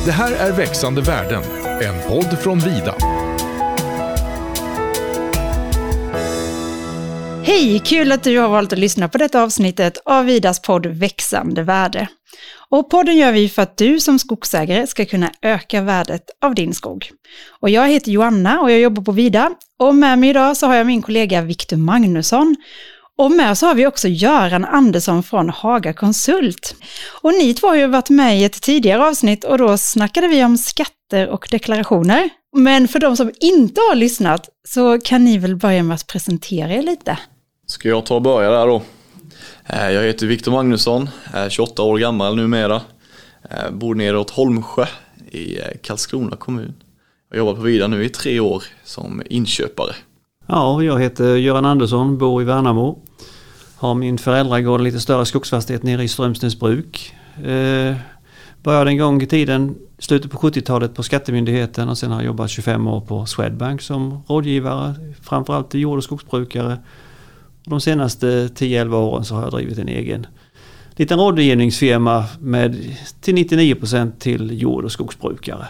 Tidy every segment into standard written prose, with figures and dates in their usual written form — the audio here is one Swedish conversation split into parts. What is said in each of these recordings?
Det här är Växande värden, en podd från Vida. Hej, kul att du har valt att lyssna på detta avsnittet av Vidas podd Växande värde. Och podden gör vi för att du som skogsägare ska kunna öka värdet av din skog. Och jag heter Joanna och jag jobbar på Vida. Och med mig idag så har jag min kollega Victor Magnusson. Och med så har vi också Göran Andersson från Haga Konsult. Och ni två har ju varit med i ett tidigare avsnitt och då snackade vi om skatter och deklarationer. Men för de som inte har lyssnat så kan ni väl börja med att presentera er lite. Ska jag ta och börja där då? Jag heter Victor Magnusson, är 28 år gammal numera. Bor nere åt Holmsjö i Karlskrona kommun. Jag jobbar på Vida nu i 3 år som inköpare. Ja, jag heter Göran Andersson, bor i Värnamo. Har min föräldragård, lite större skogsfastighet nere i Strömsnäsbruk. Började en gång i tiden, slutet på 70-talet på Skattemyndigheten och sen har jag jobbat 25 år på Swedbank som rådgivare, framförallt till jord- och skogsbrukare. De senaste 10-11 åren så har jag drivit en egen liten rådgivningsfirma med till 99% till jord- och skogsbrukare.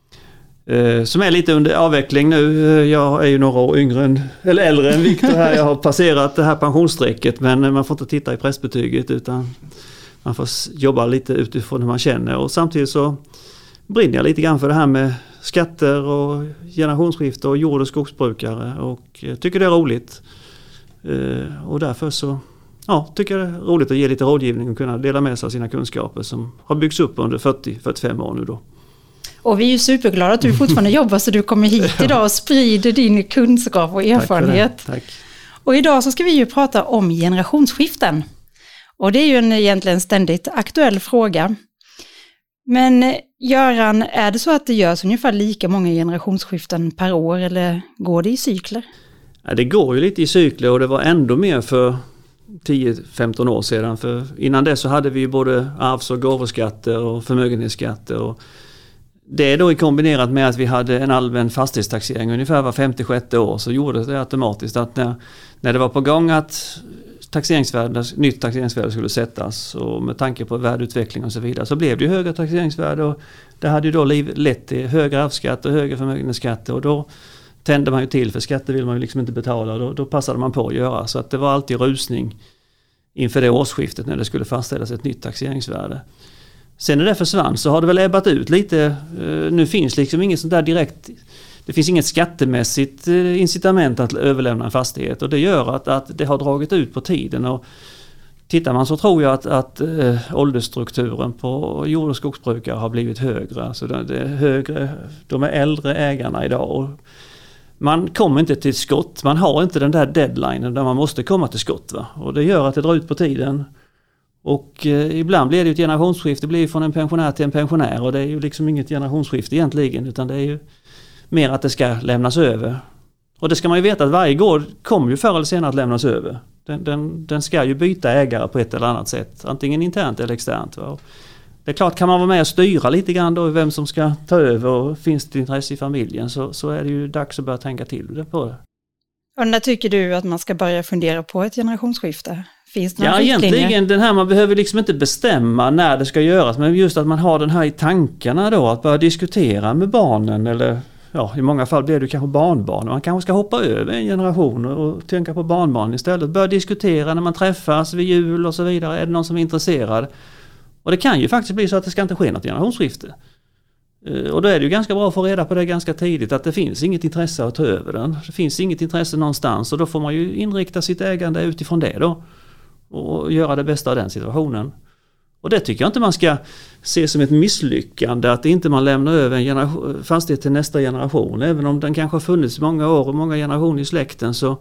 Som är lite under avveckling nu. Jag är ju några år äldre än Victor här. Jag har passerat det här pensionsstrecket, men man får inte titta i prästbetyget utan man får jobba lite utifrån hur man känner. Och samtidigt så brinner jag lite grann för det här med skatter och generationsskifte och jord- och skogsbrukare och tycker det är roligt. Och därför så tycker jag det är roligt att ge lite rådgivning och kunna dela med sig av sina kunskaper som har byggts upp under 40-45 år nu då. Och vi är ju superglada att du fortfarande jobbar så du kommer hit idag och sprider din kunskap och erfarenhet. Tack. Och idag så ska vi ju prata om generationsskiften. Och det är ju en egentligen ständigt aktuell fråga. Men Göran, är det så att det görs ungefär lika många generationsskiften per år eller går det i cykler? Ja, det går ju lite i cykler och det var ändå mer för 10-15 år sedan. För innan det så hade vi ju både arvs- och gåvoskatter och förmögenhetsskatter. Och det är då i kombinerat med att vi hade en allmän fastighetstaxering ungefär var 56 år så gjorde det automatiskt att när det var på gång att nytt taxeringsvärde skulle sättas och med tanke på värdeutveckling och så vidare så blev det ju högre taxeringsvärde och det hade ju då lett till högre arvsskatt och högre förmögenhetsskatt och då tände man ju till för skatter vill man ju liksom inte betala och då passade man på att göra så att det var alltid rusning inför det årsskiftet när det skulle fastställas ett nytt taxeringsvärde. Sen när det försvann så har det väl ebbat ut lite. Nu finns liksom inget sånt där direkt. Det finns inget skattemässigt incitament att överlämna en fastighet och det gör att det har dragit ut på tiden. Och tittar man så tror jag att åldersstrukturen på jord- och skogsbrukare har blivit högre. Alltså det är högre, de är äldre ägarna idag och man kommer inte till skott. Man har inte den där deadlinen där man måste komma till skott. Va? Och det gör att det drar ut på tiden. Och ibland blir det ett generationsskifte, det blir från en pensionär till en pensionär och det är ju liksom inget generationsskifte egentligen utan det är ju mer att det ska lämnas över. Och det ska man ju veta att varje gård kommer ju förr eller senare att lämnas över. Den ska ju byta ägare på ett eller annat sätt, antingen internt eller externt. Va? Det är klart, kan man vara med och styra lite grann då vem som ska ta över och finns det intresse i familjen så är det ju dags att börja tänka till på det. Och när tycker du att man ska börja fundera på ett generationsskifte? Finns det några egentligen den här, man behöver liksom inte bestämma när det ska göras men just att man har den här i tankarna då att börja diskutera med barnen eller i många fall blir det kanske barnbarn. Man kanske ska hoppa över en generation och tänka på barnbarn istället. Börja diskutera när man träffas vid jul och så vidare. Är det någon som är intresserad? Och det kan ju faktiskt bli så att det ska inte ske något generationsskifte. Och då är det ju ganska bra att få reda på det ganska tidigt att det finns inget intresse att ta över den. Det finns inget intresse någonstans och då får man ju inrikta sitt ägande utifrån det då. Och göra det bästa av den situationen. Och det tycker jag inte man ska se som ett misslyckande att inte man lämnar över en fastighet till nästa generation. Även om den kanske har funnits många år och många generationer i släkten så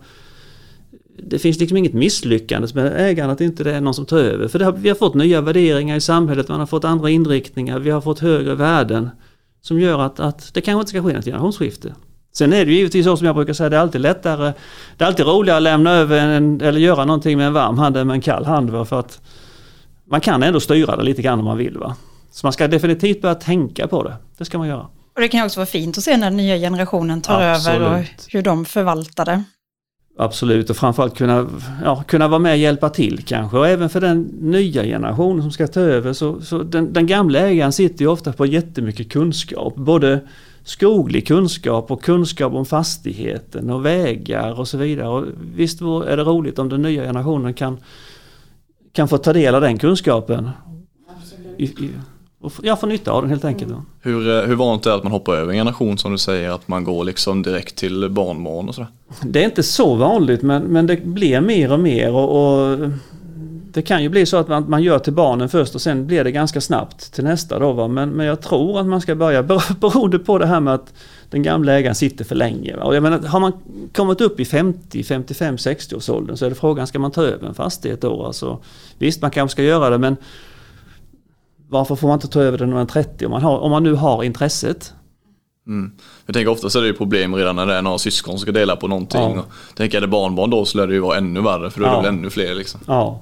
det finns liksom inget misslyckande med ägande att inte det är någon som tar över. För vi har fått nya värderingar i samhället, man har fått andra inriktningar, vi har fått högre värden som gör att det kanske inte ska ske ett generationsskifte. Sen är det ju givetvis så som jag brukar säga, det är alltid lättare, det är alltid roligare att lämna över eller göra någonting med en varm hand än med en kall hand för att man kan ändå styra det lite grann om man vill va. Så man ska definitivt börja tänka på det, det ska man göra. Och det kan också vara fint att se när den nya generationen tar över och hur de förvaltar det. Absolut, och framförallt kunna vara med och hjälpa till kanske. Och även för den nya generationen som ska ta över, så den gamla ägaren sitter ju ofta på jättemycket kunskap. Både skoglig kunskap och kunskap om fastigheten och vägar och så vidare. Och visst är det roligt om den nya generationen kan få ta del av den kunskapen. Och få nytta av den helt enkelt. Hur vanligt är det att man hoppar över en generation, som du säger, att man går liksom direkt till barnbarn och sådär? Det är inte så vanligt, men det blir mer och mer, och det kan ju bli så att man gör till barnen först och sen blir det ganska snabbt till nästa då, va? Men jag tror att man ska börja beroende på det här med att den gamla ägaren sitter för länge, va? Och jag menar, har man kommit upp i 50, 55, 60 års åldern, så är det frågan, ska man ta över en fastighet då? Alltså, visst, man kanske ska göra det, men varför får man inte ta över den när man är 30 om man nu har intresset? Jag tänker ofta så är det ju problem redan när det är några syskon som ska dela på någonting. Ja. Och tänker jag, är det barnbarn då, så lär det ju vara ännu värre, för då är det väl ännu fler liksom. Ja,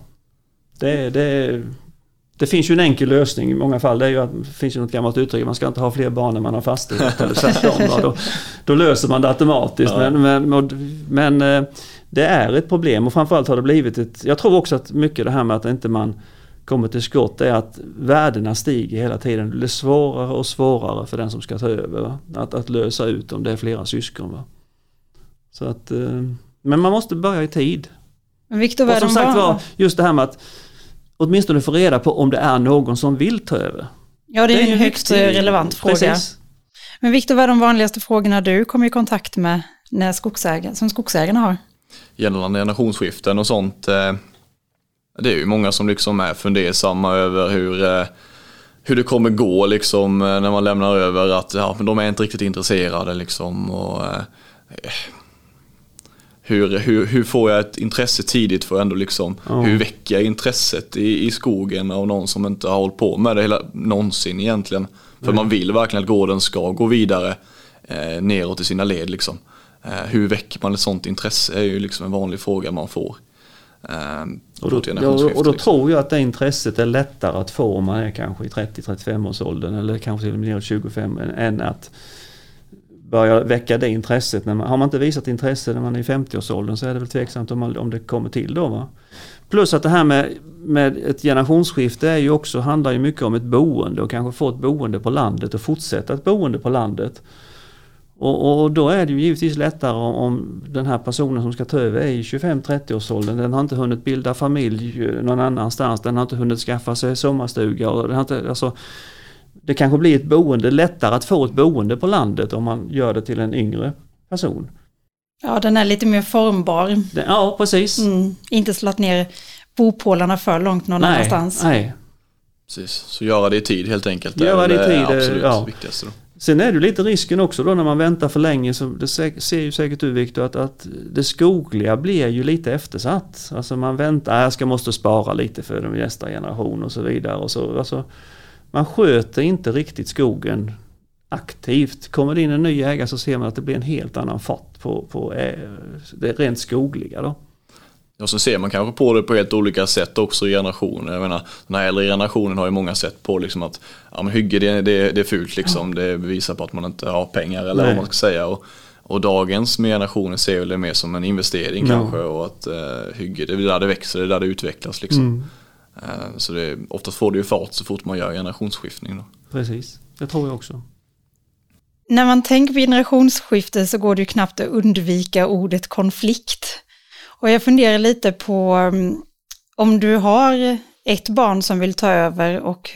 det finns ju en enkel lösning i många fall. Det är ju att det finns ju något gammalt uttryck, man ska inte ha fler barn när man har fastighet eller tvärtom. Då löser man det automatiskt. Ja. Men det är ett problem, och framförallt har det blivit jag tror också att mycket det här med att inte man kommer till skott är att värdena stiger hela tiden. Det blir svårare och svårare för den som ska ta över att lösa ut om det är flera syskon. Va? Så att, men man måste börja i tid. Victor, och som sagt just det här med att åtminstone få reda på om det är någon som vill ta över. Ja, det är en högst relevant fråga. Precis. Men Victor, vad är de vanligaste frågorna du kommer i kontakt med som skogsägarna har? Gällande generationsskiften och sånt. Det är ju många som liksom är fundersamma över hur det kommer gå liksom, när man lämnar över, att men de är inte riktigt intresserade liksom, och hur får jag ett intresse tidigt för ändå liksom, hur väcker jag intresset i skogen av någon som inte har hållit på med det hela någonsin egentligen, för man vill verkligen att gården ska gå vidare neråt i sina led liksom. Hur väcker man ett sånt intresse är ju liksom en vanlig fråga man får. Och då tror jag att det intresset är lättare att få om man är kanske i 30-35 års åldern, eller kanske till och med 25, än att börja väcka det intresset. Har man inte visat intresse när man är i 50-årsåldern, så är det väl tveksamt om det kommer till då, va? Plus att det här med ett generationsskifte handlar ju mycket om ett boende, och kanske få ett boende på landet och fortsätta ett boende på landet. Och då är det ju givetvis lättare om den här personen som ska ta över är i 25-30-årsåldern. Den har inte hunnit bilda familj någon annanstans. Den har inte hunnit skaffa sig sommarstuga. Och det kanske blir ett boende, lättare att få ett boende på landet om man gör det till en yngre person. Ja, den är lite mer formbar. Ja, precis. Inte slått ner bopålarna för långt någon annanstans. Nej. Precis, så göra det i tid helt enkelt. Göra det i tid, är absolut viktigaste då. Sen är det lite risken också då när man väntar för länge, så det ser ju säkert du, Victor, att det skogliga blir ju lite eftersatt. Alltså man väntar, jag måste spara lite för den nästa generation och så vidare. Och så, alltså, man sköter inte riktigt skogen aktivt. Kommer det in en ny ägare, så ser man att det blir en helt annan fart på det rent skogliga då. Och så ser man kanske på det på helt olika sätt också i generationer. Jag menar, den här äldre generationen har ju många sätt på liksom att hygge det är fult liksom. Det bevisar på att man inte har pengar eller vad man ska säga. Och dagens generationer ser det mer som en investering kanske, och att hygge, det är där det växer, det är där det utvecklas liksom. Så oftast får det ju fart så fort man gör generationsskiftning då. Precis, det tror jag också. När man tänker på generationsskifte så går det ju knappt att undvika ordet konflikt. Och jag funderar lite på om du har ett barn som vill ta över och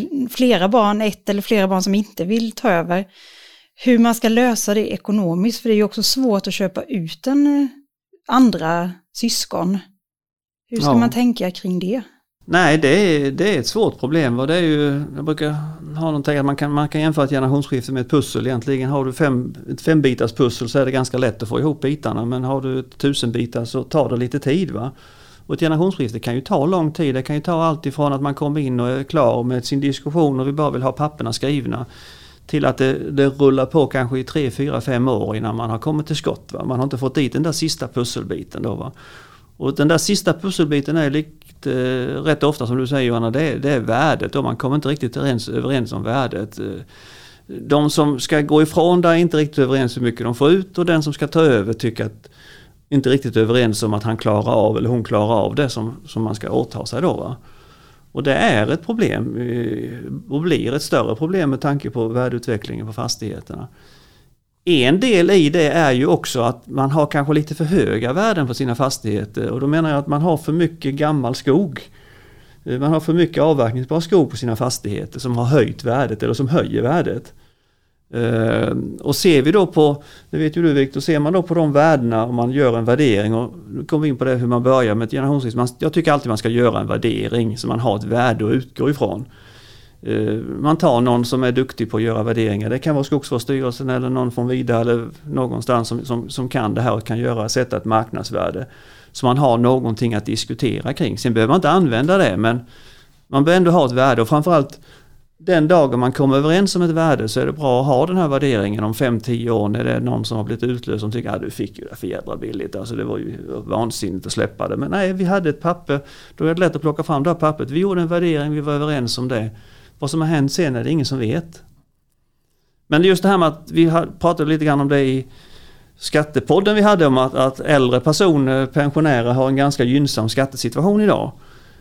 ett eller flera barn som inte vill ta över. Hur man ska lösa det ekonomiskt, för det är ju också svårt att köpa ut en andra syskon. Hur ska man tänka kring det? Nej, det är ett svårt problem. Och det är ju, jag brukar ha någonting att man kan jämföra ett generationsskifte med ett pussel. Egentligen har du ett 5-bitars pussel så är det ganska lätt att få ihop bitarna. Men har du ett 1000-bitar så tar det lite tid, va? Och ett generationsskifte kan ju ta lång tid. Det kan ju ta allt ifrån att man kommer in och är klar med sin diskussion och vi bara vill ha papperna skrivna, till att det rullar på kanske i 3, 4, 5 år innan man har kommit till skott, va? Man har inte fått dit den där sista pusselbiten då, va? Och den där sista pusselbiten är rätt ofta, som du säger, Johanna, det är värdet. Och man kommer inte riktigt överens om värdet. De som ska gå ifrån där är inte riktigt överens hur mycket de får ut, och den som ska ta över tycker att inte riktigt överens om att han klarar av eller hon klarar av det som man ska åta sig då, va? Och det är ett problem och blir ett större problem med tanke på värdeutvecklingen på fastigheterna. En del i det är ju också att man har kanske lite för höga värden på sina fastigheter, och då menar jag att man har för mycket gammal skog. Man har för mycket avverkningsbar skog på sina fastigheter som har höjt värdet eller som höjer värdet. Och ser vi då på, det vet ju du Victor, ser man då på de värdena om man gör en värdering, och nu kommer vi in på det hur man börjar med ett generationsskifte. Jag tycker alltid man ska göra en värdering så man har ett värde att utgå ifrån. Man tar någon som är duktig på att göra värderingar. Det kan vara Skogsvårdsstyrelsen eller någon från Vida eller någonstans som kan det här och kan sätta ett marknadsvärde. Så man har någonting att diskutera kring. Sen behöver man inte använda det, men man behöver ändå ha ett värde, och framförallt den dagen man kommer överens om ett värde så är det bra att ha den här värderingen om 5-10 år när det är någon som har blivit utlöst som tycker att du fick ju det för jävla billigt. Alltså det var ju vansinnigt att släppa det. Men nej, vi hade ett papper, då är det lätt att plocka fram det här pappret. Vi gjorde en värdering, vi var överens om det. Vad som har hänt sen är det ingen som vet. Men just det här med att vi pratade lite grann om det i skattepodden vi hade om att äldre personer, pensionärer har en ganska gynnsam skattesituation idag.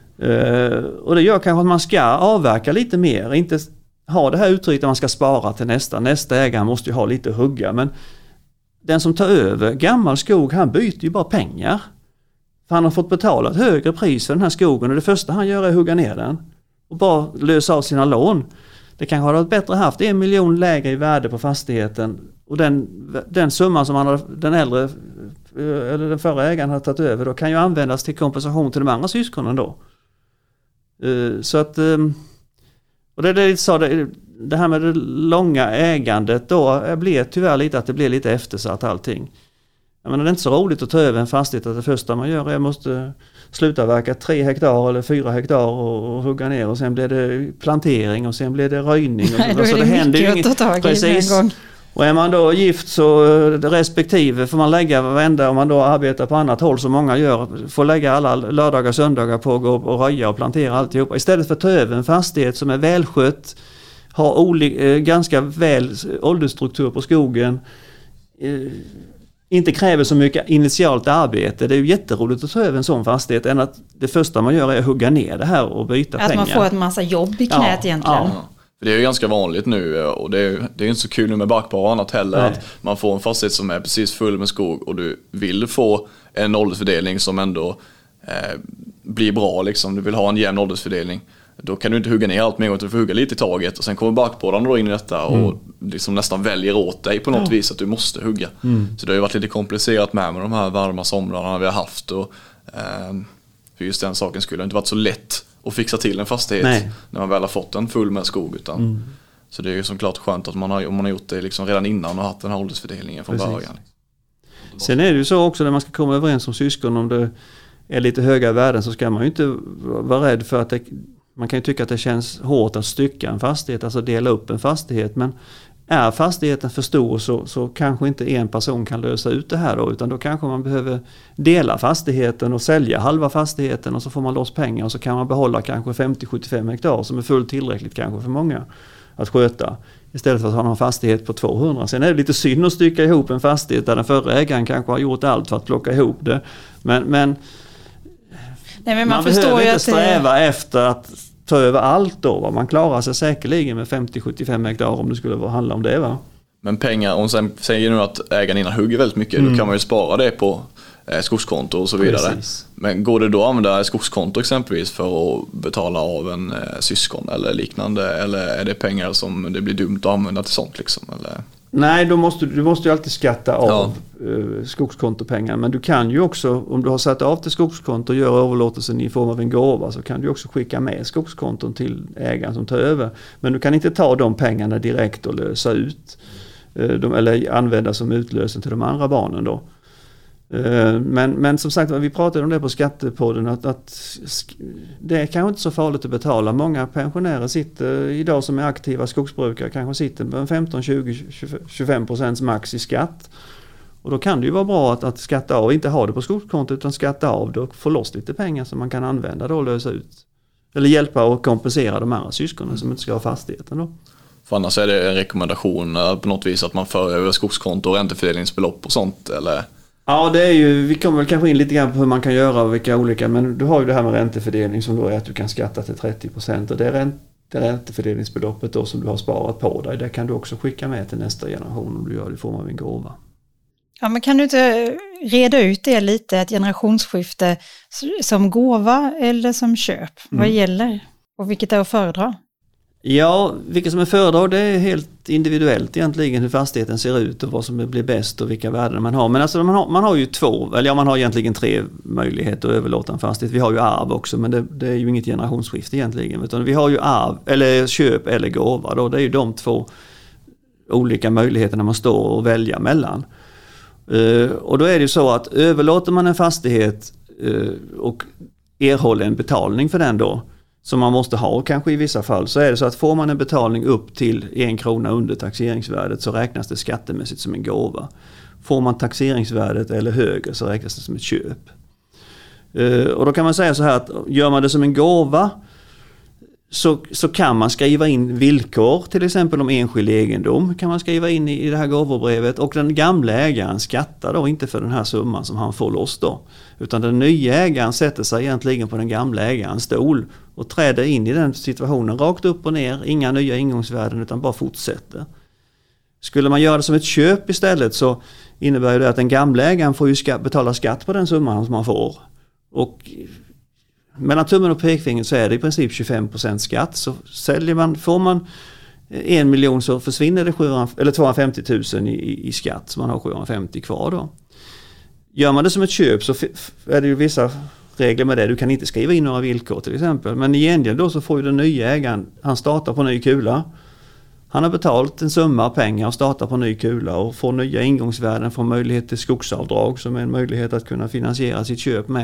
Och det gör kanske att man ska avverka lite mer, inte ha det här uttrycket att man ska spara till nästa ägare måste ju ha lite att hugga, men den som tar över gammal skog, han byter ju bara pengar, för han har fått betala ett högre pris för den här skogen, och det första han gör är att hugga ner den och bara lösa av sina lån. Det kanske hade varit bättre haft 1 miljon lägre i värde på fastigheten, och den summan som den äldre eller den förra ägaren har tagit över då kan ju användas till kompensation till de andra syskonen då. Så att, och det här med det långa ägandet då blir tyvärr lite att det blir lite eftersatt allting. Jag menar, det är inte så roligt att ta över en fastighet att det första man gör är att jag måste sluta verka 3 hektar eller 4 hektar och hugga ner, och sen blir det plantering och sen blir det röjning. Och Nej, då är det mycket att ta tag i en gång. Och är man då gift så respektive får man lägga varenda, om man då arbetar på annat håll som många gör, får lägga alla lördagar och söndagar på att gå och röja och plantera alltihopa. Istället för att ta över en fastighet som är välskött, har ganska väl åldersstruktur på skogen, inte kräver så mycket initialt arbete. Det är ju jätteroligt att ta över en sån fastighet än att det första man gör är att hugga ner det här och byta pengar. Att man får en massa jobb i knät egentligen. Ja. För det är ju ganska vanligt nu, och det är inte så kul nu med bakpar och annat heller. Nej. Att man får en fastighet som är precis full med skog och du vill få en åldersfördelning som ändå blir bra liksom. Du vill ha en jämn åldersfördelning. Då kan du inte hugga ner allt med en gång, du får hugga lite i taget, och sen kommer bakpådan då in i detta och liksom nästan väljer åt dig på något vis att du måste hugga. Så det har ju varit lite komplicerat med de här varma somrarna vi har haft, och för just den saken skulle det inte varit så lätt att fixa till en fastighet när man väl har fått den full med skog, utan så det är ju såklart skönt att om man har gjort det liksom redan innan och haft den här åldersfördelningen från början. Sen är det ju så också när man ska komma överens som syskon, om det är lite höga värden så ska man ju inte vara rädd för att man kan ju tycka att det känns hårt att stycka en fastighet, alltså dela upp en fastighet, men är fastigheten för stor så kanske inte en person kan lösa ut det här då, utan då kanske man behöver dela fastigheten och sälja halva fastigheten, och så får man loss pengar och så kan man behålla kanske 50-75 hektar som är fullt tillräckligt kanske för många att sköta, istället för att ha någon fastighet på 200. Sen är det lite synd att stycka ihop en fastighet där den förra ägaren kanske har gjort allt för att plocka ihop det, men man behöver inte sträva efter att ta över allt då. Man klarar sig säkerligen med 50-75 hektar om det skulle handla om det, va? Men pengar, och sen säger nu att ägaren innan hugger väldigt mycket, då kan man ju spara det på skogskonto och så vidare. Precis. Men går det då att använda skogskonto exempelvis för att betala av en syskon eller liknande, eller är det pengar som det blir dumt att använda till sånt liksom, eller? Nej, du måste ju alltid skatta av skogskontopengar, men du kan ju också, om du har satt av till skogskonto och gör överlåtelsen i form av en gåva, så kan du också skicka med skogskonton till ägaren som tar över, men du kan inte ta de pengarna direkt och lösa ut eller använda som utlösen till de andra barnen då. Men som sagt, vi pratade om det på skattepodden, att det är kanske inte så farligt att betala. Många pensionärer sitter idag som är aktiva skogsbrukare, kanske sitter med 15-20-25% max i skatt, och då kan det ju vara bra att skatta av, inte ha det på skogskonto utan skatta av det och få loss lite pengar som man kan använda då och lösa ut, eller hjälpa och kompensera de andra syskonen som inte ska ha fastigheten då. För annars är det en rekommendation på något vis att man för över skogskonto och räntefördelningsbelopp och sånt, eller? Ja, det är ju, vi kommer väl kanske in lite grann på hur man kan göra och vilka olika, men du har ju det här med räntefördelning som då är att du kan skatta till 30% och det räntefördelningsbeloppet då som du har sparat på dig, det kan du också skicka med till nästa generation om du gör det i form av en gåva. Ja, men kan du inte reda ut det lite, ett generationsskifte som gåva eller som köp? Vad gäller och vilket är att föredra? Ja, vilket som är föredra, det är helt individuellt egentligen hur fastigheten ser ut och vad som blir bäst och vilka värden man har. Men alltså man har ju man har egentligen 3 möjligheter att överlåta en fastighet. Vi har ju arv också, men det är ju inget generationsskifte egentligen. Utan vi har ju arv, eller köp eller gåva då. Det är ju de 2 olika möjligheterna man står och välja mellan. Och då är det ju så att överlåter man en fastighet och erhåller en betalning för den då, som man måste ha kanske i vissa fall, så är det så att får man en betalning upp till 1 krona under taxeringsvärdet så räknas det skattemässigt som en gåva. Får man taxeringsvärdet eller högre så räknas det som ett köp. Och då kan man säga så här att gör man det som en gåva så kan man skriva in villkor, till exempel om enskild egendom kan man skriva in i det här gåvobrevet, och den gamla ägaren skattar då inte för den här summan som han får loss då, utan den nya ägaren sätter sig egentligen på den gamla ägarens stol och träder in i den situationen rakt upp och ner, inga nya ingångsvärden utan bara fortsätter. Skulle man göra det som ett köp istället så innebär det att den gamla ägaren får ju betala skatt på den summan som man får, och mellan tummen och pekfingret så är det i princip 25% skatt. Så får man 1 miljon så försvinner det 250 000 i skatt, så man har 750 kvar då. Gör man det som ett köp så är det ju vissa regler med det. Du kan inte skriva in några villkor till exempel. Men i gengäld då så får ju den nya ägaren, han startar på ny kula. Han har betalt en summa pengar och startar på ny kula och får nya ingångsvärden, får möjlighet till skogsavdrag som är en möjlighet att kunna finansiera sitt köp med.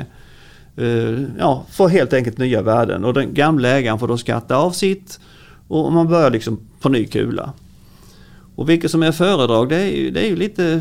Får helt enkelt nya värden, och den gamla ägaren får då skatta av sitt och man börjar liksom på ny kula. Och vilket som är föredrag, det är ju lite,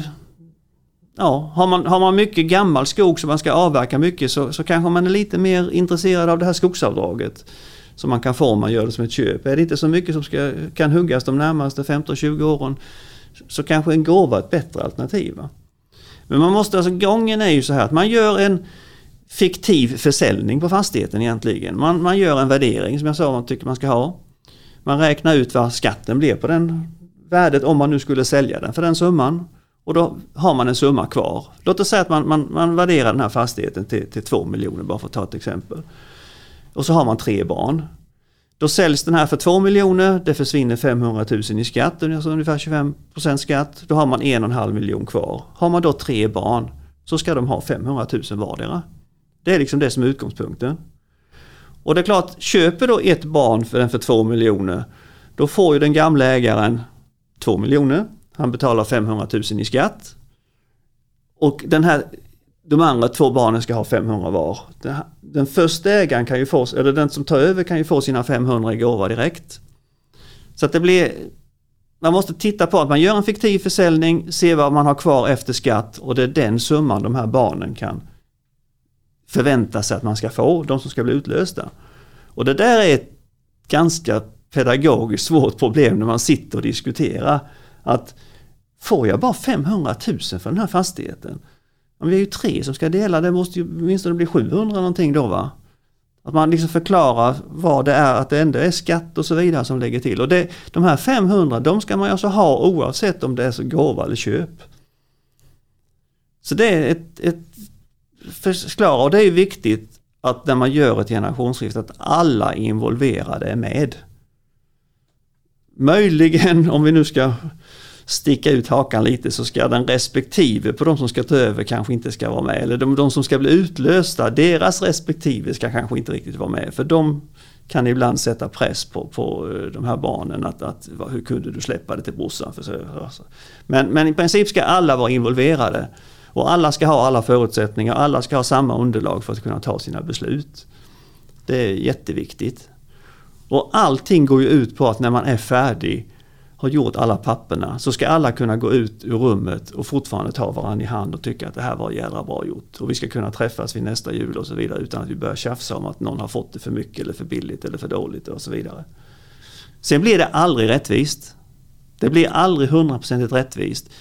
har man mycket gammal skog som man ska avverka mycket så kanske man är lite mer intresserad av det här skogsavdraget som man kan få om man gör det som ett köp. Är det inte så mycket som kan huggas de närmaste 15-20 åren så kanske en gåva är ett bättre alternativ. Men man måste, gången är ju så här att man gör en fiktiv försäljning på fastigheten egentligen. Man gör en värdering som jag sa man tycker man ska ha. Man räknar ut vad skatten blir på den värdet om man nu skulle sälja den för den summan. Och då har man en summa kvar. Låt oss säga att man värderar den här fastigheten till 2 miljoner bara för att ta ett exempel. Och så har man 3 barn. Då säljs den här för 2 miljoner. Det försvinner 500 000 i skatt. Alltså ungefär 25% skatt. Då har man 1,5 miljon kvar. Har man då 3 barn så ska de ha 500 000 vardera. Det är liksom det som är utgångspunkten. Och det är klart, köper då ett barn för 2 miljoner, då får ju den gamla ägaren 2 miljoner. Han betalar 500 000 i skatt. Och de andra 2 barnen ska ha 500 var. Den första ägaren kan ju få, eller den som tar över kan ju få sina 500 i gåva direkt. Så att det blir, man måste titta på att man gör en fiktiv försäljning, se vad man har kvar efter skatt, och det är den summan de här barnen kan förvänta sig att man ska få, de som ska bli utlösta. Och det där är ett ganska pedagogiskt svårt problem när man sitter och diskuterar att får jag bara 500 000 för den här fastigheten? Om vi är ju 3 som ska dela, det måste ju minst bli 700 någonting då, va? Att man liksom förklarar vad det är, att det ändå är skatt och så vidare som lägger till. Och de här 500, de ska man alltså ha oavsett om det är så gåva eller köp. Så det är ett förklara, och det är ju viktigt att när man gör ett generationsskifte att alla involverade är med. Möjligen, om vi nu ska sticka ut hakan lite, så ska den respektive på de som ska ta över kanske inte ska vara med. Eller de som ska bli utlösta, deras respektive ska kanske inte riktigt vara med. För de kan ibland sätta press på de här barnen att hur kunde du släppa det till brorsan? Men i princip ska alla vara involverade. Och alla ska ha alla förutsättningar, alla ska ha samma underlag för att kunna ta sina beslut. Det är jätteviktigt. Och allting går ju ut på att när man är färdig, har gjort alla papperna, så ska alla kunna gå ut ur rummet och fortfarande ta varandra i hand och tycka att det här var jävla bra gjort. Och vi ska kunna träffas vid nästa jul och så vidare utan att vi börjar tjafsa om att någon har fått det för mycket eller för billigt eller för dåligt och så vidare. Sen blir det aldrig rättvist. Det blir aldrig 100% rättvist.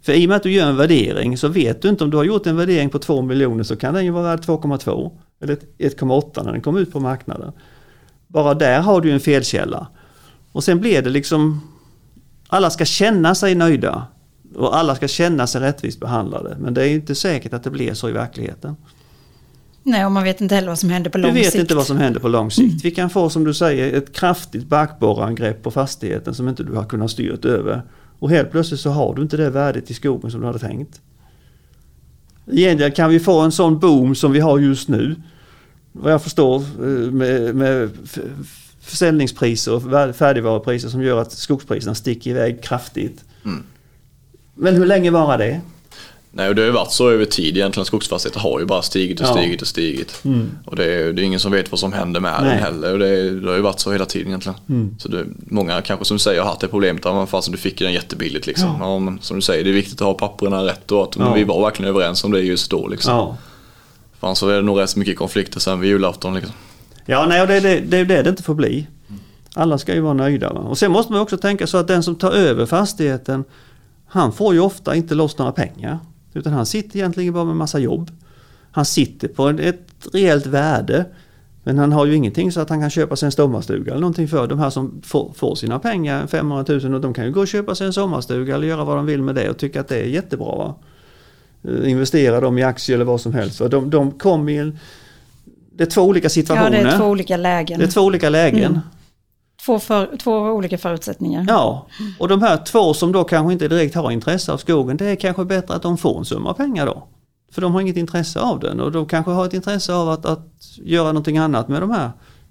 För i och med att du gör en värdering så vet du inte om du har gjort en värdering på 2 miljoner så kan den ju vara värd 2,2 eller 1,8 när den kommer ut på marknaden. Bara där har du en felkälla. Och sen blir det liksom, alla ska känna sig nöjda och alla ska känna sig rättvist behandlade. Men det är inte säkert att det blir så i verkligheten. Nej, och man vet inte heller vad som händer på lång sikt. Vi vet inte vad som händer på lång sikt. Vi kan få, som du säger, ett kraftigt barkborreangrepp på fastigheten som inte du har kunnat styrt över. Och helt plötsligt så har du inte det värdet i skogen som du hade tänkt. Egentligen kan vi få en sån boom som vi har just nu. Vad jag förstår med försäljningspriser och färdigvarupriser som gör att skogspriserna sticker iväg kraftigt. Men hur länge var det? Nej, och det har ju varit så över tid egentligen. Skogsfastigheter har ju bara stigit och stigit och stigit. Och det är ingen som vet vad som händer med den heller. Och det har ju varit så hela tiden egentligen. Så många kanske som du säger har hatt det problemet att fast du fick den jättebilligt liksom. Ja, men som du säger, det är viktigt att ha papperna rätt och att vi var verkligen överens om det just då liksom. Ja. Fan, så är det nog rätt mycket konflikter sen vid julafton liksom. Ja, nej, och det är det inte får bli. Alla ska ju vara nöjda. Va? Och sen måste man också tänka så att den som tar över fastigheten, han får ju ofta inte loss några pengar. Utan han sitter egentligen bara med massa jobb. Han sitter på ett rejält värde. Men han har ju ingenting så att han kan köpa sig en sommarstuga eller någonting för. De här som får sina pengar, 500 000, och de kan ju gå och köpa sig en sommarstuga eller göra vad de vill med det och tycka att det är jättebra. Va? Investera dem i aktier eller vad som helst. För de kommer i det är två olika situationer. Ja, det är två olika lägen. Det är två olika lägen. Två olika förutsättningar. Ja, och de här två som då kanske inte direkt har intresse av skogen, det är kanske bättre att de får en summa pengar då. För de har inget intresse av den och de kanske har ett intresse av att göra någonting annat med de här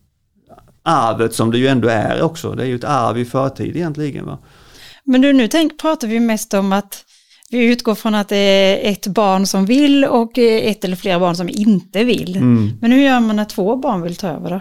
arvet som det ju ändå är också. Det är ju ett arv i förtid egentligen. Va? Men nu pratar vi mest om att vi utgår från att det är ett barn som vill och ett eller flera barn som inte vill. Men hur gör man när 2 barn vill ta över då?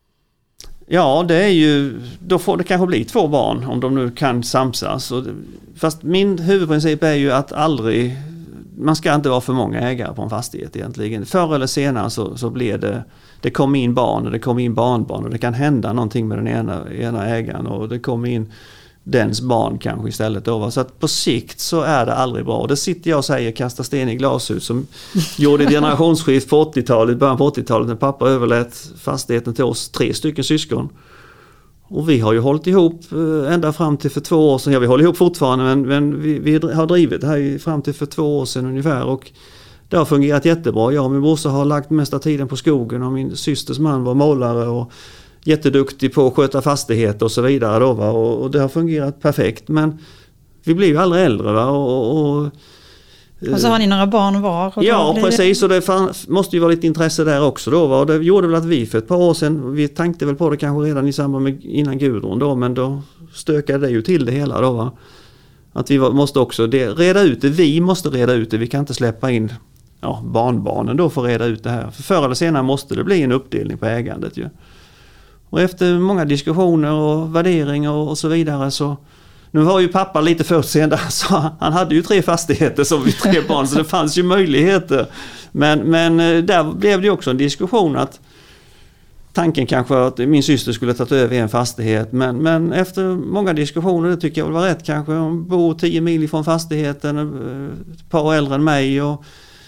Ja, det är ju, då får det kanske bli 2 barn om de nu kan samsas. Fast min huvudprincip är ju att man ska inte vara för många ägare på en fastighet egentligen. Förr eller senare så blir det kommer in barn och det kommer in barnbarn och det kan hända någonting med den ena ägaren och det kommer in dens barn kanske istället då. Så att på sikt så är det aldrig bra. Och det sitter jag och säger, kasta sten i glashus, som gjorde ett generationsskift på 80-talet, början på 80-talet, när pappa överlät fastigheten till oss 3 stycken syskon. Och vi har ju hållit ihop ända fram till för 2 år sedan. Ja, vi håller ihop fortfarande, men vi har drivit det här fram till för 2 år sedan ungefär. Och det har fungerat jättebra. Jag och min brorsa har lagt mesta tiden på skogen och min systers man var målare och jätteduktig på att sköta fastigheter och så vidare då, va? Och det har fungerat perfekt, men vi blir ju aldrig äldre, va? Och så har ni några barn var? Ja, precis, och det måste ju vara lite intresse där också då, va? Och det gjorde väl att vi för ett par år sedan, vi tänkte väl på det kanske redan i samband med innan Gudrun då, men då stökade det ju till det hela då, va? Att vi måste också reda ut det, vi måste reda ut det, vi kan inte släppa in barnbarnen då för att reda ut det här. För förr eller senare måste det bli en uppdelning på ägandet ju. Och efter många diskussioner och värderingar och så vidare så... Nu var ju pappa lite förutseende, så han hade ju 3 fastigheter som 3 barn, så det fanns ju möjligheter. Men där blev det ju också en diskussion att tanken kanske att min syster skulle ta över en fastighet. Men efter många diskussioner, det tycker jag väl var rätt kanske, hon bor 10 mil ifrån fastigheten, ett par äldre än mig och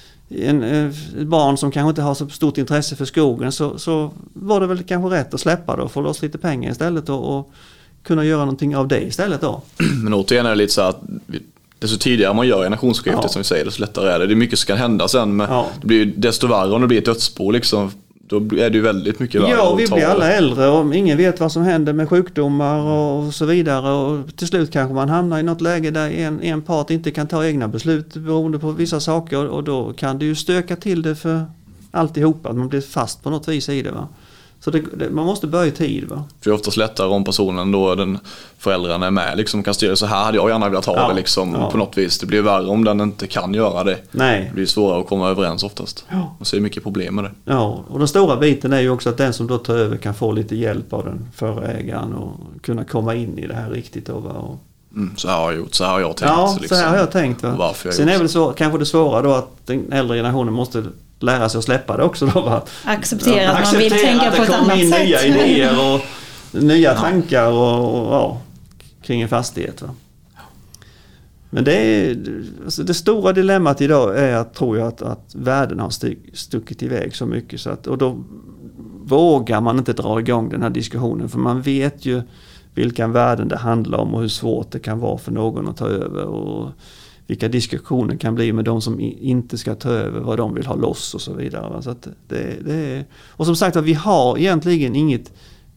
ett barn som kanske inte har så stort intresse för skogen, så var det väl kanske rätt att släppa det och få loss lite pengar istället och kunna göra någonting av det istället då. Men återigen är det lite så att desto tidigare man gör generationsskiftet som vi säger, desto lättare är det. Det är mycket som kan hända sen, men det blir desto värre om det blir ett dödsbo liksom. Då är det ju väldigt mycket värre. Ja, vi blir alla äldre och ingen vet vad som händer med sjukdomar och så vidare, och till slut kanske man hamnar i något läge där en part inte kan ta egna beslut beroende på vissa saker, och då kan det ju stöka till det för alltihopa, att man blir fast på något vis i det, va. Så man måste börja i tid, va. För det är oftast lättare om personen då, den föräldrarna är med liksom, kan styra så här hade jag gärna velat ha det liksom, på något vis. Det blir värre om den inte kan göra det. Nej. Det blir svårare att komma överens oftast. Ja. Och så är det mycket problem med det. Ja, och den stora biten är ju också att den som då tar över kan få lite hjälp av den förra ägaren och kunna komma in i det här riktigt då, va. Och så här har jag gjort, så här har jag tänkt. Ja, liksom. Så här har jag tänkt, va. Sen är väl så, kanske det svåra då att den äldre generationen måste lära sig att släppa det också då, va? Acceptera att man vill tänka på ett annat sätt. Nya idéer och nya tankar och kring en fastighet, va? Men det stora dilemmat idag är tror jag att värden har stuckit iväg så mycket så att, och då vågar man inte dra igång den här diskussionen för man vet ju vilka värden det handlar om och hur svårt det kan vara för någon att ta över och vilka diskussioner kan bli med de som inte ska ta över, vad de vill ha loss och så vidare. Så att och som sagt att vi har egentligen inget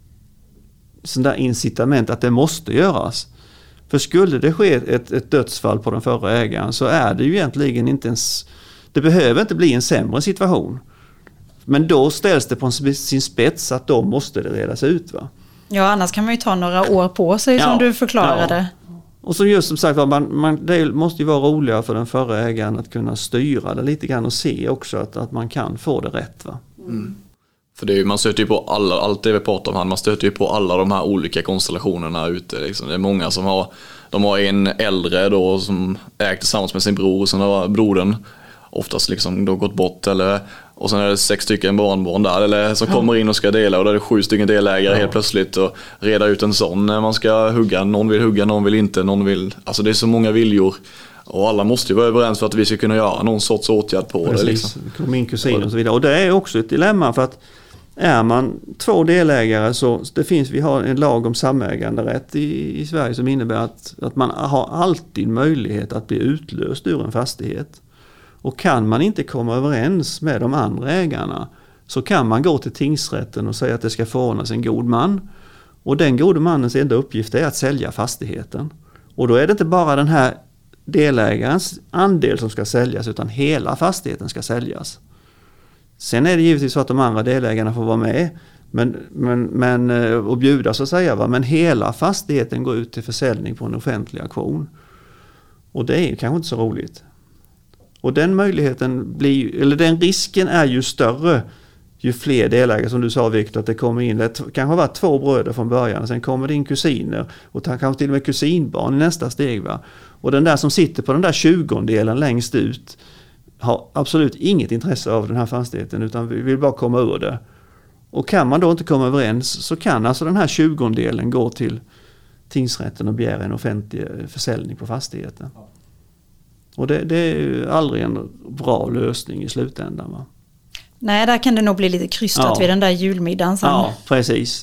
sånt där incitament att det måste göras. För skulle det ske ett dödsfall på den förra ägaren så är det ju egentligen inte ens, det behöver inte bli en sämre situation. Men då ställs det på sin spets att då måste det redas ut, va? Ja, annars kan man ju ta några år på sig som du förklarade. Ja. Och så just som sagt, det måste ju vara roligare för den förra ägaren att kunna styra det lite grann och se också att man kan få det rätt, va? Mm. För det är ju, man stöter ju på allt det vi pratar om här, man stöter ju på alla de här olika konstellationerna ute. Liksom. Det är många som har en äldre då som ägt tillsammans med sin bror och sen har brodern oftast liksom då gått bort och sen är det 6 stycken barnbarn där eller som kommer in och ska dela och då är det 7 stycken delägare helt plötsligt och reda ut en sån när man ska hugga. Någon vill hugga, någon vill inte, någon vill, alltså det är så många viljor och alla måste ju vara överens för att vi ska kunna göra någon sorts åtgärd på det. Liksom. Min kusin och så vidare. Och det är också ett dilemma för att är man 2 delägare så vi har en lag om samäganderätt i Sverige som innebär att man har alltid möjlighet att bli utlöst ur en fastighet. Och kan man inte komma överens med de andra ägarna så kan man gå till tingsrätten och säga att det ska förordnas en god man. Och den gode mannens enda uppgift är att sälja fastigheten. Och då är det inte bara den här delägarens andel som ska säljas utan hela fastigheten ska säljas. Sen är det givetvis så att de andra delägarna får vara med men och bjuda så att säga. Va? Men hela fastigheten går ut till försäljning på en offentlig auktion. Och det är ju kanske inte så roligt. Och den möjligheten den risken är ju större ju fler delägare som du sa Victor att det kommer in. Det kanske har varit 2 bröder från början sen kommer det in kusiner och kanske till och med kusinbarn i nästa steg. Va? Och den där som sitter på den där 20-delen längst ut har absolut inget intresse av den här fastigheten utan vill bara komma ur det. Och kan man då inte komma överens så kan alltså den här 20-delen gå till tingsrätten och begära en offentlig försäljning på fastigheten. Och det är ju aldrig en bra lösning i slutändan, va? Nej, där kan det nog bli lite krystat vid den där julmiddagen sen. Ja, precis.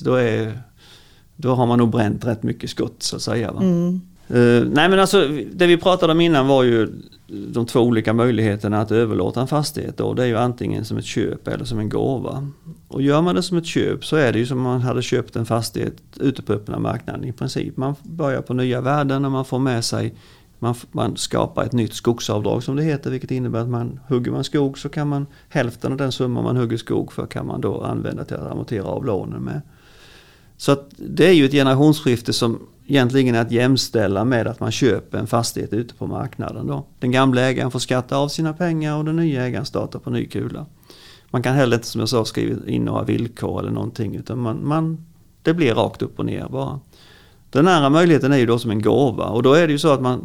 Då har man nog bränt rätt mycket skott så att säga, va? Nej men alltså det vi pratade om innan var ju de 2 olika möjligheterna att överlåta en fastighet då. Det är ju antingen som ett köp eller som en gåva. Och gör man det som ett köp så är det ju som om man hade köpt en fastighet ute på öppna marknaden i princip. Man börjar på nya värden och man får med sig, man skapar ett nytt skogsavdrag som det heter, vilket innebär att hugger man skog så kan man hälften av den summa man hugger skog för kan man då använda till att amortera av lånen med. Så att det är ju ett generationsskifte som egentligen är att jämställa med att man köper en fastighet ute på marknaden då. Den gamla ägaren får skatta av sina pengar och den nya ägaren startar på ny kula. Man kan heller inte som jag sa skriva in några villkor eller någonting utan det blir rakt upp och ner bara. Den andra möjligheten är ju då som en gåva och då är det ju så att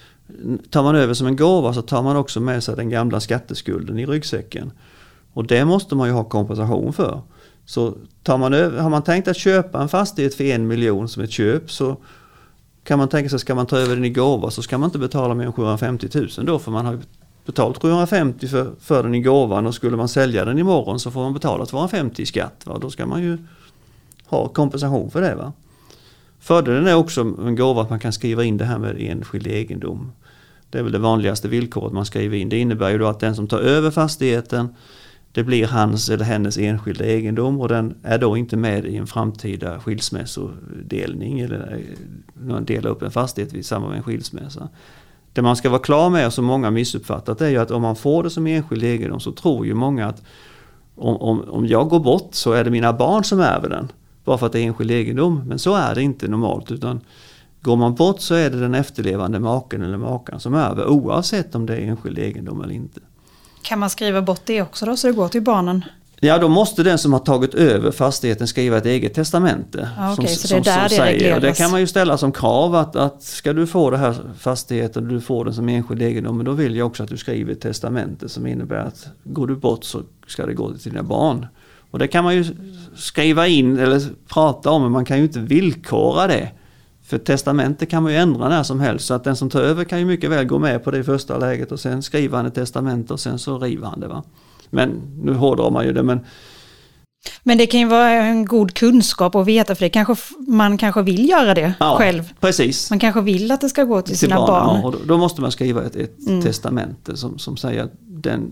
tar man över som en gåva så tar man också med sig den gamla skatteskulden i ryggsäcken. Och det måste man ju ha kompensation för. Så har man tänkt att köpa en fastighet för 1 miljon som ett köp så kan man tänka sig ska man ta över den i gåva så ska man inte betala mer än 750 000 då för man har betalt 750 för den i gåvan och skulle man sälja den imorgon så får man betala 250 i skatt. Va? Då ska man ju ha kompensation för det, va? Fördelen är också en gåva att man kan skriva in det här med enskild egendom. Det är väl det vanligaste villkoret man skriver in. Det innebär ju då att den som tar över fastigheten det blir hans eller hennes enskilda egendom och den är då inte med i en framtida skilsmässodelning eller man delar upp en fastighet vid samband med en skilsmässa. Det man ska vara klar med och som många missuppfattat är ju att om man får det som enskild egendom så tror ju många att om jag går bort så är det mina barn som ärver den. Bara för att det är enskild egendom. Men så är det inte normalt utan går man bort så är det den efterlevande maken eller makan som ärver oavsett om det är enskild egendom eller inte. Kan man skriva bort det också då så det går till barnen? Ja, då måste den som har tagit över fastigheten skriva ett eget testamente. Ja, okej, så det är där det regleras. Och det kan man ju ställa som krav att ska du få den här fastigheten och du får den som enskild egendom, men då vill jag också att du skriver ett testamente som innebär att går du bort så ska det gå till dina barn. Och det kan man ju skriva in eller prata om, men man kan ju inte villkora det. För testamente kan man ju ändra när som helst, så att den som tar över kan ju mycket väl gå med på det i första läget och sen skriver han ett testamente och sen så river han det, va. Men nu hårdrar man ju det, Men det kan ju vara en god kunskap att veta, för det man kanske vill göra det själv. Precis. Man kanske vill att det ska gå till sina barn. Ja, och då måste man skriva ett testamente som säger att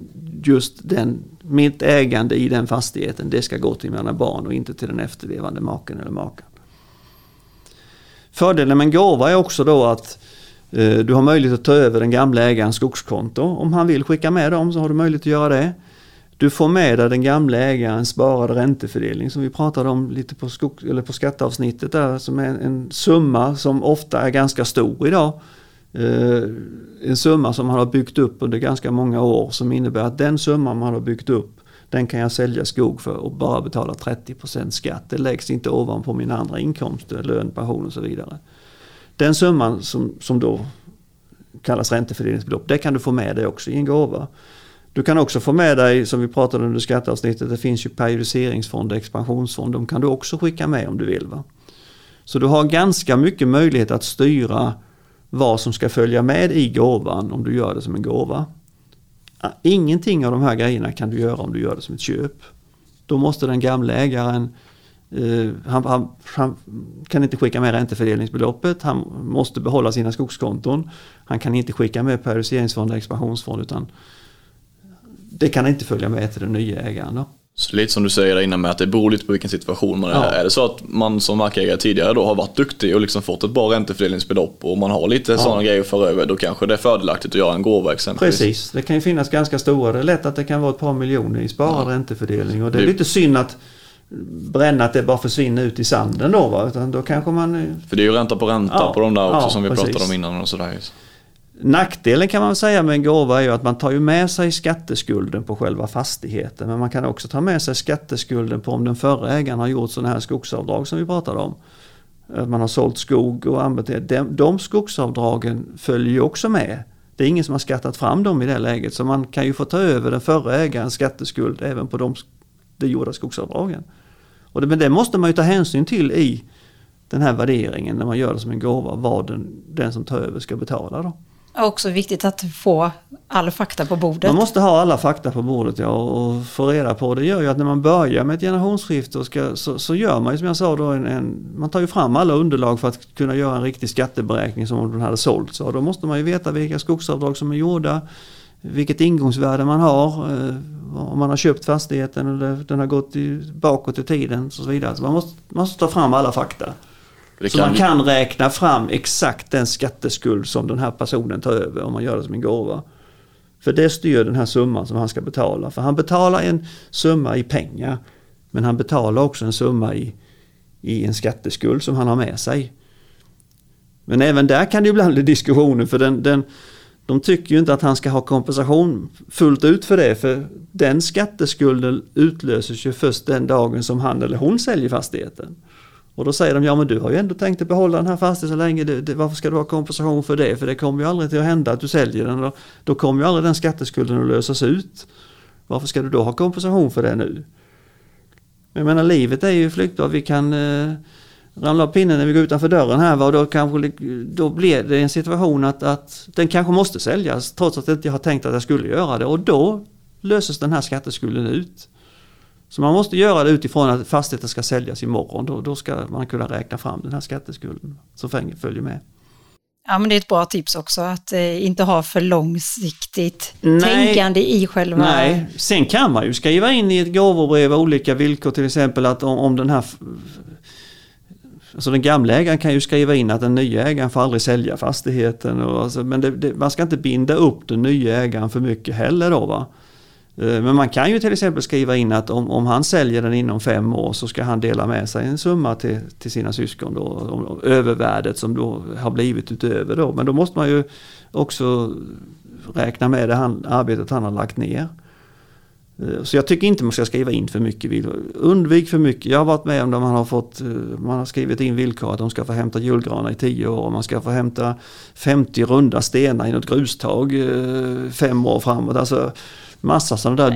mitt ägande i den fastigheten, det ska gå till mina barn och inte till den efterlevande maken eller makan. Fördelen med en gåva är också då att du har möjlighet att ta över den gamla ägarens skogskonto. Om han vill skicka med dem så har du möjlighet att göra det. Du får med dig den gamla ägarens sparade räntefördelning som vi pratade om lite på skatteavsnittet där, som är en summa som ofta är ganska stor idag. En summa som man har byggt upp under ganska många år, som innebär att den summa man har byggt upp, den kan jag sälja skog för och bara betala 30% skatt. Det läggs inte ovanpå mina andra inkomster, lön, pension och så vidare. Den summan som då kallas räntefördelningsbelopp, det kan du få med dig också i en gåva. Du kan också få med dig, som vi pratade under skatteavsnittet, det finns ju periodiseringsfond och expansionsfond. De kan du också skicka med om du vill, va? Så du har ganska mycket möjlighet att styra vad som ska följa med i gåvan om du gör det som en gåva. Ingenting av de här grejerna kan du göra om du gör det som ett köp. Då måste den gamla ägaren, han kan inte skicka med räntefördelningsbeloppet, han måste behålla sina skogskonton, han kan inte skicka med periodiseringsfond och expansionsfond, utan det kan inte följa med till den nya ägaren då. Så lite som du säger där innan med att det beror lite på vilken situation man är. Är det så att man som markägare tidigare då har varit duktig och liksom fått ett bra räntefördelningsbelopp och man har lite sådana grejer för över, då kanske det är fördelaktigt att göra en gåva exempelvis. Precis, det kan ju finnas ganska stora. Det är lätt att det kan vara ett par miljoner i sparad räntefördelning, och det är lite synd att bränna att det bara försvinner ut i sanden då, va? Utan då kanske man... För det är ju ränta på ränta på de där också som vi pratade om innan och sådär. Nackdelen kan man säga med en gåva är ju att man tar ju med sig skatteskulden på själva fastigheten, men man kan också ta med sig skatteskulden på om den förra ägaren har gjort sådana här skogsavdrag som vi pratade om. Att man har sålt skog och använt det. De skogsavdragen följer ju också med. Det är ingen som har skattat fram dem i det läget, så man kan ju få ta över den förra ägarens skatteskuld även på de gjorda skogsavdragen. Men det måste man ju ta hänsyn till i den här värderingen när man gör det som en gåva, vad den som tar över ska betala då. Det är också viktigt att få all fakta på bordet. Man måste ha alla fakta på bordet, och få reda på. Det gör ju att när man börjar med ett generationsskifte så gör man ju, som jag sa då, man tar ju fram alla underlag för att kunna göra en riktig skatteberäkning som om den hade sålt. Så då måste man ju veta vilka skogsavdrag som är gjorda, vilket ingångsvärde man har, om man har köpt fastigheten eller den har gått bakåt i tiden och så vidare. Så man måste ta fram alla fakta. Så man kan räkna fram exakt den skatteskuld som den här personen tar över om man gör det som en gåva. För det styr den här summan som han ska betala. För han betalar en summa i pengar, men han betalar också en summa i en skatteskuld som han har med sig. Men även där kan det ibland bli diskussioner, för de tycker ju inte att han ska ha kompensation fullt ut för det. För den skatteskulden utlöses ju först den dagen som han eller hon säljer fastigheten. Och då säger de, ja men du har ju ändå tänkt att behålla den här fastigheten så länge, varför ska du ha kompensation för det? För det kommer ju aldrig till att hända att du säljer den, då kommer ju aldrig den skatteskulden att lösas ut. Varför ska du då ha kompensation för det nu? Jag menar, livet är ju flyktbart, vi kan ramla av pinnen när vi går utanför dörren här, och då blir det en situation att den kanske måste säljas trots att jag inte har tänkt att jag skulle göra det, och då löses den här skatteskulden ut. Så man måste göra det utifrån att fastigheten ska säljas imorgon. Då ska man kunna räkna fram den här skatteskulden som följer med. Ja, men det är ett bra tips också att inte ha för långsiktigt tänkande i själva... Nej, sen kan man ju skriva in i ett gåvobrev olika villkor, till exempel att om den här... Alltså den gamla ägaren kan ju skriva in att den nya ägaren får aldrig sälja fastigheten. Men man ska inte binda upp den nya ägaren för mycket heller då, va? Men man kan ju till exempel skriva in att om han säljer den inom 5 år så ska han dela med sig en summa till sina syskon då, övervärdet som då har blivit utöver då. Men då måste man ju också räkna med det arbetet han har lagt ner. Så jag tycker inte man ska skriva in för mycket. Undvik för mycket. Jag har varit med om där man har skrivit in villkor att de ska få hämta julgranar i 10 år och man ska få hämta 50 runda stenar i något grustag 5 år framåt. Alltså massa sådana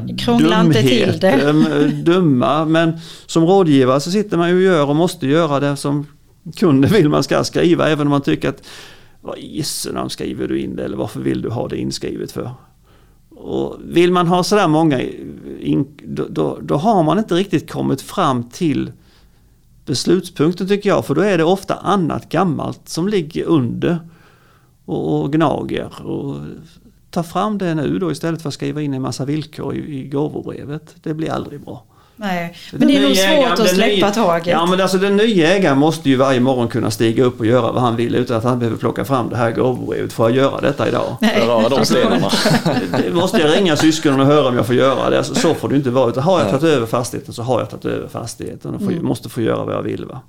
där dumma, men som rådgivare så sitter man ju och gör och måste göra det som kunden vill man ska skriva, även om man tycker att vad namn skriver du in det, eller varför vill du ha det inskrivet för? Och vill man ha sådär många då har man inte riktigt kommit fram till beslutspunkten, tycker jag, för då är det ofta annat gammalt som ligger under och gnager. Och ta fram det nu då istället för att skriva in en massa villkor i gåvobrevet. Det blir aldrig bra. Nej, men det är nog svårt att släppa taget. Ja, men alltså den nya ägaren måste ju varje morgon kunna stiga upp och göra vad han vill utan att han behöver plocka fram det här gåvobrevet för att göra detta idag. Röra de stenarna. Det måste jag ringa syskonen och höra om jag får göra det. Alltså, så får det inte vara. Utan har jag tagit över fastigheten så har jag tagit över fastigheten och måste få göra vad jag vill. Va?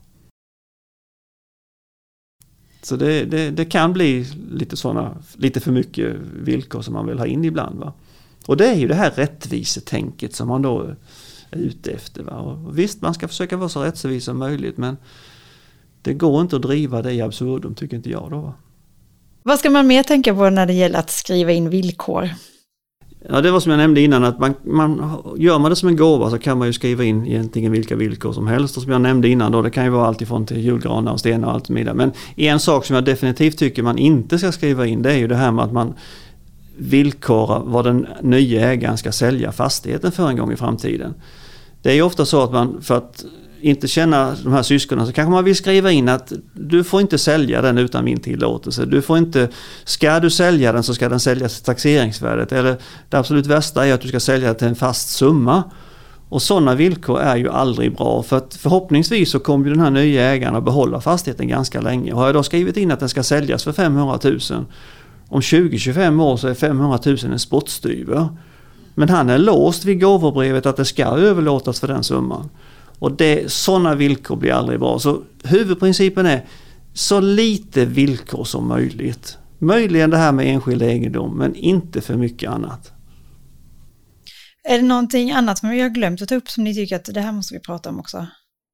Så det kan bli lite för mycket villkor som man vill ha in ibland. Va? Och det är ju det här rättvisetänket som man då är ute efter. Va? Och visst, man ska försöka vara så rättvis som möjligt, men det går inte att driva det i absurdum, tycker inte jag då. Va? Vad ska man mer tänka på när det gäller att skriva in villkor? Ja, det var som jag nämnde innan, att gör man det som en gåva så kan man ju skriva in egentligen vilka villkor som helst. Och som jag nämnde innan då, det kan ju vara allt ifrån till julgranar och stenar och allt middag. Men en sak som jag definitivt tycker man inte ska skriva in, det är ju det här med att man villkorar vad den nya ägaren ska sälja fastigheten för en gång i framtiden. Det är ju ofta så att man, för att inte känna de här syskonen, så kanske man vill skriva in att du får inte sälja den utan min tillåtelse. Ska du sälja den så ska den säljas till taxeringsvärdet. Eller det absolut värsta är att du ska sälja till en fast summa. Och sådana villkor är ju aldrig bra. För att förhoppningsvis så kommer ju den här nya ägaren att behålla fastigheten ganska länge. Har jag då skrivit in att den ska säljas för 500 000, om 20-25 år så är 500 000 en spottstyver. Men han är låst vid gåvobrevet att det ska överlåtas för den summan. Och sådana villkor blir aldrig bra. Så huvudprincipen är så lite villkor som möjligt. Möjligen det här med enskild egendom, men inte för mycket annat. Är det någonting annat som vi har glömt att ta upp som ni tycker att det här måste vi prata om också?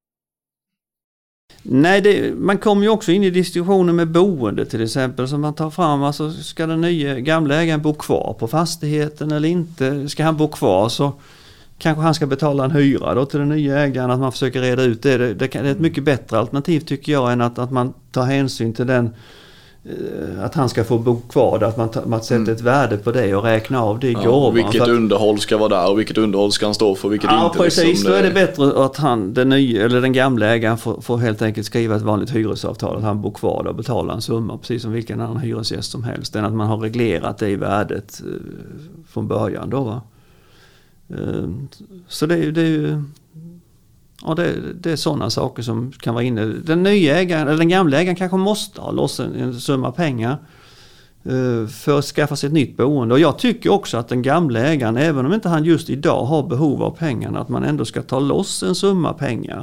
Nej, man kommer ju också in i diskussioner med boende till exempel, som man tar fram. Alltså, ska den nya gamla ägaren bo kvar på fastigheten eller inte? Ska han bo kvar så kanske han ska betala en hyra då till den nya ägaren, att man försöker reda ut det. Det är ett mycket bättre alternativ tycker jag än att man tar hänsyn till den, att han ska få bo kvar, att man sätter ett värde på det och räknar av det i gåvan. Vilket underhåll ska vara där och vilket underhåll ska han stå för, vilket inte. Precis, liksom, då är det bättre att den nya eller den gamla ägaren får helt enkelt skriva ett vanligt hyresavtal, att han bor kvar och betalar en summa precis som vilken annan hyresgäst som helst, än att man har reglerat det i värdet från början då, va? Så det är sådana saker som kan vara inne. Den nya ägaren eller den gamla ägaren kanske måste ha loss en summa pengar för att skaffa sig ett nytt boende. Och jag tycker också att den gamla ägaren, även om inte han just idag har behov av pengarna, att man ändå ska ta loss en summa pengar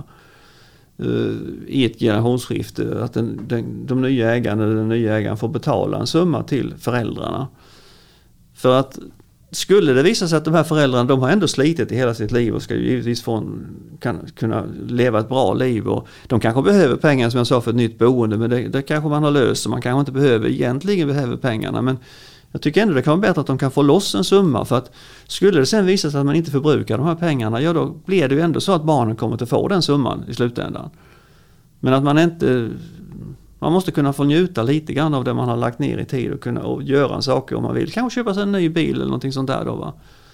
i ett generationsskifte. Att de nya ägarna eller den nya ägaren får betala en summa till föräldrarna. För att skulle det visa sig att de här föräldrarna, de har ändå slitit i hela sitt liv och ska givetvis kunna leva ett bra liv, och de kanske behöver pengar som jag sa för ett nytt boende, men det kanske man har löst, och man kanske inte egentligen behöver pengarna, men jag tycker ändå det kan vara bättre att de kan få loss en summa, för att skulle det sen visa sig att man inte förbrukar de här pengarna, ja då blir det ju ändå så att barnen kommer att få den summan i slutändan. Men att man måste kunna få njuta lite grann av det man har lagt ner i tid och kunna göra en sak om man vill. Kanske köpa sig en ny bil eller någonting sånt där då, va?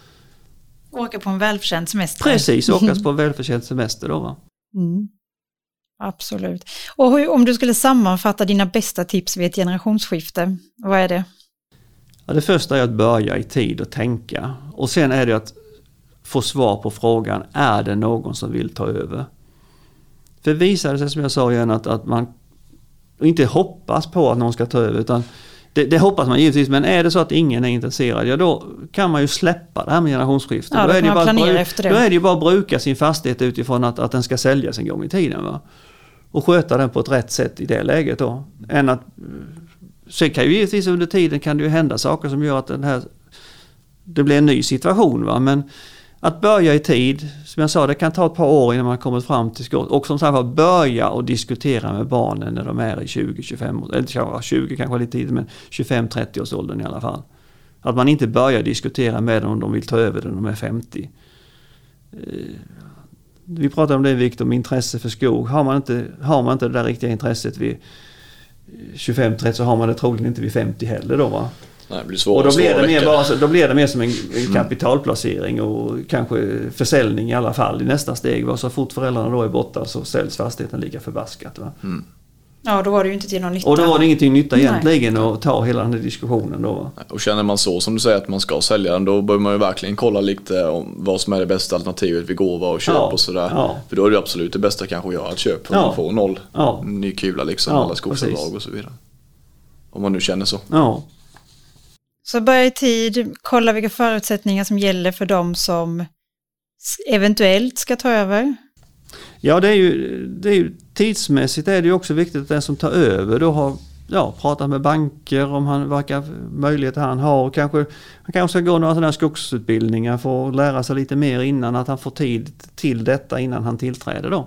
Åka på en välförtjänt semester. Precis, åka på en välförtjänt semester då, va? Mm. Absolut. Och om du skulle sammanfatta dina bästa tips vid ett generationsskifte, vad är det? Ja, det första är att börja i tid och tänka. Och sen är det att få svar på frågan, är det någon som vill ta över? För visar det sig, som jag sa igen, att man inte hoppas på att någon ska ta över, utan det hoppas man givetvis, men är det så att ingen är intresserad, ja då kan man ju släppa det här med generationsskiftet. Ja, då är det ju bara att bruka sin fastighet utifrån att den ska säljas en gång i tiden, va? Och sköta den på ett rätt sätt i det läget då. Sen kan ju givetvis under tiden kan det ju hända saker som gör att det blir en ny situation, va? Men att börja i tid, som jag sa, det kan ta ett par år innan man kommer fram till skott. Och som sagt, börja och diskutera med barnen när de är i 20-25 år. Eller 20 kanske lite tid, men 25-30 års åldern i alla fall. Att man inte börjar diskutera med dem om de vill ta över när de är 50. Vi pratade om det, Victor, med intresse för skog. Har man inte det där riktiga intresset vid 25-30 så har man det troligen inte vid 50 heller då, va? Nej, det blir svårt. Och då blir det mer som en kapitalplacering och kanske försäljning i alla fall i nästa steg. Så fort föräldrarna då är borta så säljs fastigheten lika förbaskat, va? Mm. Ja, då var det ju inte till någon nytta. Och då var det ingenting nytta egentligen att ta hela den här diskussionen då. Och känner man så som du säger att man ska sälja den, då bör man ju verkligen kolla lite om vad som är det bästa alternativet vid gåva och köp och sådär. Ja. För då är det absolut det bästa kanske att göra ett köp för att få 0 ny kula liksom, alla skogsavdrag och så vidare. Om man nu känner så. Ja. Så börja i tid, kolla vilka förutsättningar som gäller för dem som eventuellt ska ta över. Ja, det är ju tidsmässigt är det ju också viktigt att den som tar över då har pratat med banker om vilka möjligheter han har. Och han kanske ska gå några sådana här skogsutbildningar för att lära sig lite mer innan, att han får tid till detta innan han tillträder då.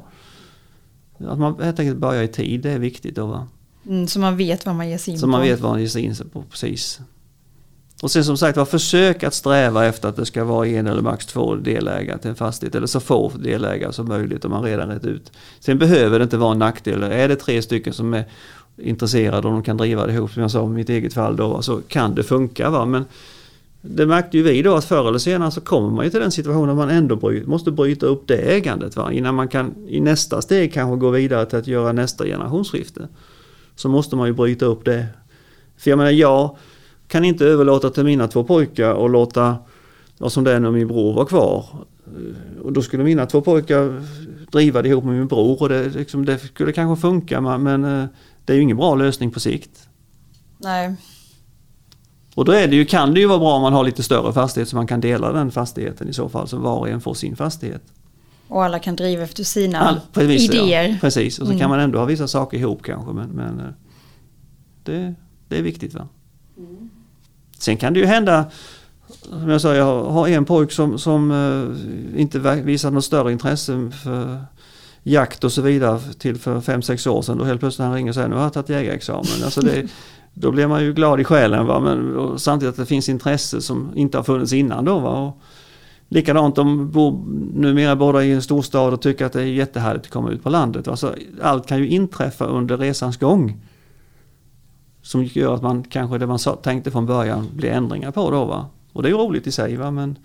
Att man helt enkelt börjar i tid, det är viktigt då, va? Så man vet vad man ger sig in på. Så man vet vad man ger sig in på, precis. Och sen som sagt, försök att sträva efter att det ska vara 1 eller max 2 delägare till en fastighet, eller så få delägare som möjligt om man redan rätt ut. Sen behöver det inte vara en nackdel. Är det 3 stycken som är intresserade och de kan driva det ihop, som jag sa i mitt eget fall då, så kan det funka, va? Men det märkte ju vi då att förr eller senare så kommer man ju till den situationen att man ändå måste bryta upp det ägandet, va? Innan man kan i nästa steg kanske gå vidare till att göra nästa generationsskifte. Så måste man ju bryta upp det. För jag menar, jag kan inte överlåta till mina 2 pojkar och låta, som det är när min bror var kvar. Och då skulle mina 2 pojkar driva det ihop med min bror, och det skulle kanske funka, men det är ju ingen bra lösning på sikt. Nej. Och då kan det ju vara bra om man har lite större fastighet så man kan dela den fastigheten i så fall, så var och en får sin fastighet. Och alla kan driva efter sina idéer. Ja, precis, och så kan man ändå ha vissa saker ihop kanske, men det är viktigt, va? Mm. Sen kan det ju hända, som jag sa, jag har en pojk som inte visar något större intresse för jakt och så vidare till för 5-6 år sedan. Då helt plötsligt han ringer och säger, nu har jag tagit jägarexamen. Alltså då blir man ju glad i själen, va? Men samtidigt att det finns intresse som inte har funnits innan då, va? Och likadant, de bor numera båda i en storstad och tycker att det är jättehärligt att komma ut på landet. Alltså, allt kan ju inträffa under resans gång som gör att man kanske det man tänkte från början blir ändringar på då, va? Och det är ju roligt i sig, va? Men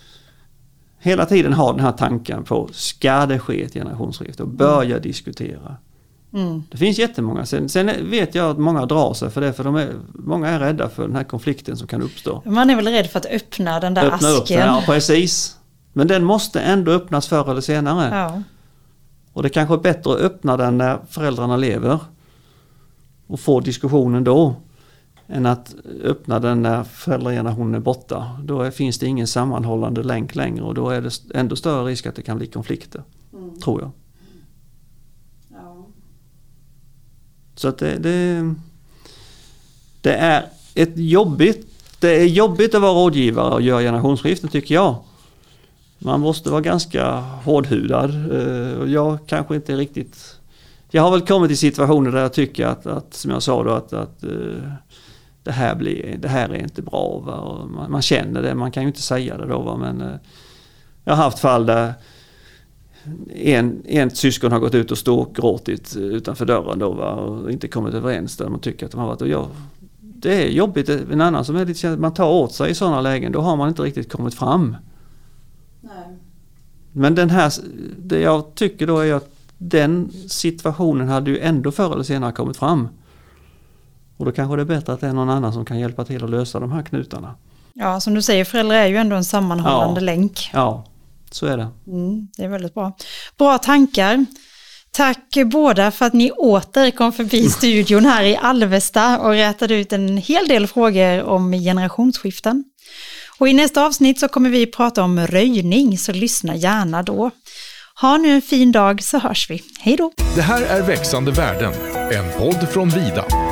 hela tiden har den här tanken på, ska det ske ett generationsskifte, och börja diskutera. Mm. Det finns jättemånga. Sen vet jag att många drar sig för det, för många är rädda för den här konflikten som kan uppstå. Man är väl rädd för att öppna den där asken. Ja, precis. Men den måste ändå öppnas förr eller senare. Ja. Och det kanske är bättre att öppna den när föräldrarna lever och få diskussionen då, än att öppna den när föräldragenerationen är borta. Då finns det ingen sammanhållande länk längre, och då är det ändå större risk att det kan bli konflikter, tror jag. Ja. Så att det är det är jobbigt att vara rådgivare och göra generationsskiften, tycker jag. Man måste vara ganska hårdhudad, och jag kanske inte riktigt. Jag har väl kommit i situationer där jag tycker att som jag sa då, att det här är inte bra, va? Och man känner det, man kan ju inte säga det då, va? Men jag har haft fall där en syskon har gått ut och stått och gråtit utanför dörren då, va? Och inte kommit överens där man tycker att de har varit, och det är jobbigt. En annan som är lite, man tar åt sig i sådana lägen, då har man inte riktigt kommit fram. Nej. Men det jag tycker då är att den situationen hade ju ändå förr eller senare kommit fram. Och då kanske det är bättre att det är någon annan som kan hjälpa till att lösa de här knutarna. Ja, som du säger, föräldrar är ju ändå en sammanhållande länk. Ja, så är det. Det är väldigt bra. Bra tankar. Tack båda för att ni åter kom förbi studion här i Alvesta och rätade ut en hel del frågor om generationsskiften. Och i nästa avsnitt så kommer vi prata om röjning, så lyssna gärna då. Ha nu en fin dag, så hörs vi. Hej då! Det här är Växande värden, en podd från Vida.